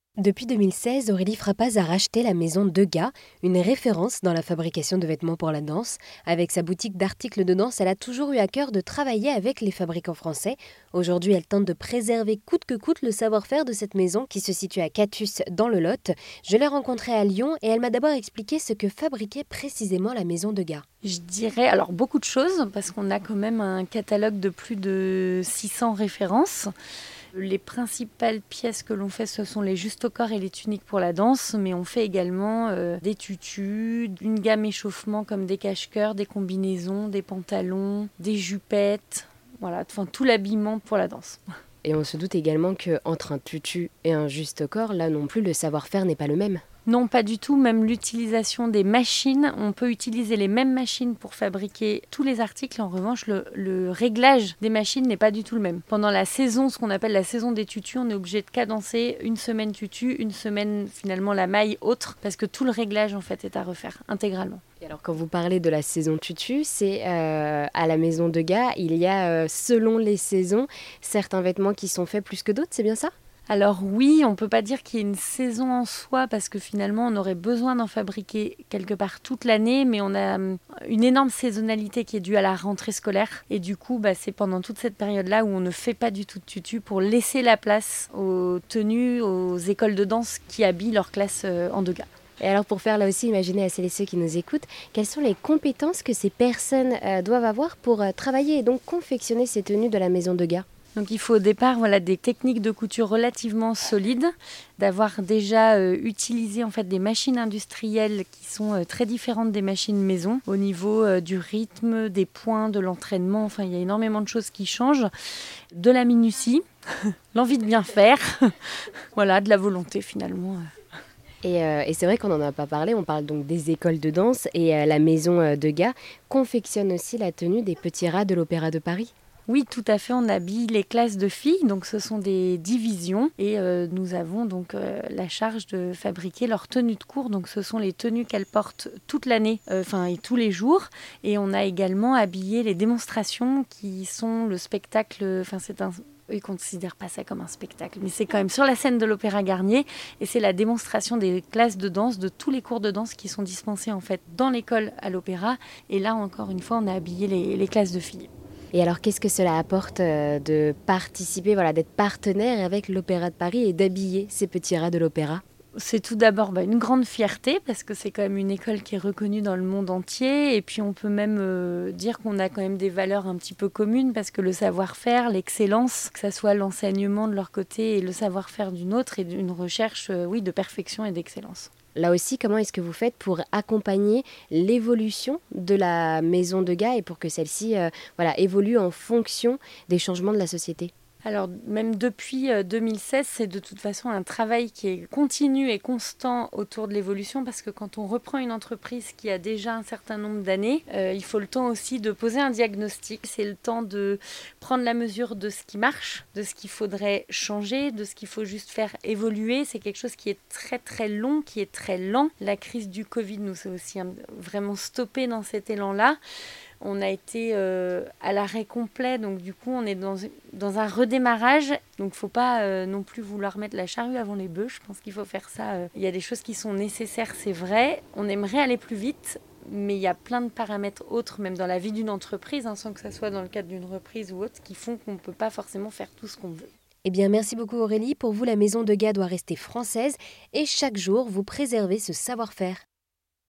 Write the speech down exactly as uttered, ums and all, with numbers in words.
Depuis deux mille seize, Aurélie Frappaz a racheté la maison Degas, une référence dans la fabrication de vêtements pour la danse. Avec sa boutique d'articles de danse, elle a toujours eu à cœur de travailler avec les fabricants français. Aujourd'hui, elle tente de préserver coûte que coûte le savoir-faire de cette maison qui se situe à Catus dans le Lot. Je l'ai rencontrée à Lyon et elle m'a d'abord expliqué ce que fabriquait précisément la maison Degas. Je dirais alors beaucoup de choses parce qu'on a quand même un catalogue de plus de six cents références. Les principales pièces que l'on fait, ce sont les juste-au-corps et les tuniques pour la danse, mais on fait également euh, des tutus, une gamme échauffement comme des cache-cœurs, des combinaisons, des pantalons, des jupettes, voilà, enfin tout l'habillement pour la danse. Et on se doute également qu'entre un tutu et un juste-au-corps, là non plus, le savoir-faire n'est pas le même. Non, pas du tout. Même l'utilisation des machines, on peut utiliser les mêmes machines pour fabriquer tous les articles. En revanche, le, le réglage des machines n'est pas du tout le même. Pendant la saison, ce qu'on appelle la saison des tutus, on est obligé de cadencer une semaine tutu, une semaine finalement la maille autre, parce que tout le réglage en fait est à refaire intégralement. Et alors quand vous parlez de la saison tutu, c'est euh, à la maison Degas, il y a euh, selon les saisons certains vêtements qui sont faits plus que d'autres, c'est bien ça ? Alors oui, on ne peut pas dire qu'il y ait une saison en soi parce que finalement on aurait besoin d'en fabriquer quelque part toute l'année, mais on a une énorme saisonnalité qui est due à la rentrée scolaire et du coup bah, c'est pendant toute cette période-là où on ne fait pas du tout de tutu pour laisser la place aux tenues, aux écoles de danse qui habillent leur classe en Degas. Et alors pour faire là aussi, imaginez à celles et ceux qui nous écoutent, quelles sont les compétences que ces personnes euh, doivent avoir pour euh, travailler et donc confectionner ces tenues de la maison Degas ? Donc il faut au départ voilà, des techniques de couture relativement solides, d'avoir déjà euh, utilisé en fait, des machines industrielles qui sont euh, très différentes des machines maison, au niveau euh, du rythme, des points, de l'entraînement, enfin il y a énormément de choses qui changent, de la minutie, l'envie de bien faire, voilà, de la volonté finalement. Et, euh, et c'est vrai qu'on n'en a pas parlé, on parle donc des écoles de danse et euh, la maison euh, Degas confectionne aussi la tenue des petits rats de l'Opéra de Paris. Oui, tout à fait. On habille les classes de filles, donc ce sont des divisions et euh, nous avons donc euh, la charge de fabriquer leurs tenues de cours. Donc ce sont les tenues qu'elles portent toute l'année, enfin euh, et tous les jours. Et on a également habillé les démonstrations qui sont le spectacle. Enfin c'est un Eux, ils ne considèrent pas ça comme un spectacle, mais c'est quand même sur la scène de l'Opéra Garnier et c'est la démonstration des classes de danse, de tous les cours de danse qui sont dispensés en fait dans l'école à l'Opéra. Et là, encore une fois, on a habillé les, les classes de filles. Et alors, qu'est-ce que cela apporte euh, de participer, voilà, d'être partenaire avec l'Opéra de Paris et d'habiller ces petits rats de l'Opéra ? C'est tout d'abord bah, une grande fierté parce que c'est quand même une école qui est reconnue dans le monde entier et puis on peut même euh, dire qu'on a quand même des valeurs un petit peu communes parce que le savoir-faire, l'excellence, que ça soit l'enseignement de leur côté et le savoir-faire d'une autre et d'une recherche euh, oui, de perfection et d'excellence. Là aussi, comment est-ce que vous faites pour accompagner l'évolution de la maison Degas et pour que celle-ci euh, voilà, évolue en fonction des changements de la société ? Alors, même depuis deux mille seize, c'est de toute façon un travail qui est continu et constant autour de l'évolution parce que quand on reprend une entreprise qui a déjà un certain nombre d'années, euh, il faut le temps aussi de poser un diagnostic. C'est le temps de prendre la mesure de ce qui marche, de ce qu'il faudrait changer, de ce qu'il faut juste faire évoluer. C'est quelque chose qui est très très long, qui est très lent. La crise du Covid nous a aussi vraiment stoppé dans cet élan-là. On a été euh, à l'arrêt complet, donc du coup on est dans, dans un redémarrage. Donc il ne faut pas euh, non plus vouloir mettre la charrue avant les bœufs. Je pense qu'il faut faire ça. Euh. Il y a des choses qui sont nécessaires, c'est vrai. On aimerait aller plus vite, mais il y a plein de paramètres autres, même dans la vie d'une entreprise, hein, sans que ça soit dans le cadre d'une reprise ou autre, qui font qu'on ne peut pas forcément faire tout ce qu'on veut. Eh bien, merci beaucoup Aurélie. Pour vous, la maison Degas doit rester française et chaque jour, vous préservez ce savoir-faire.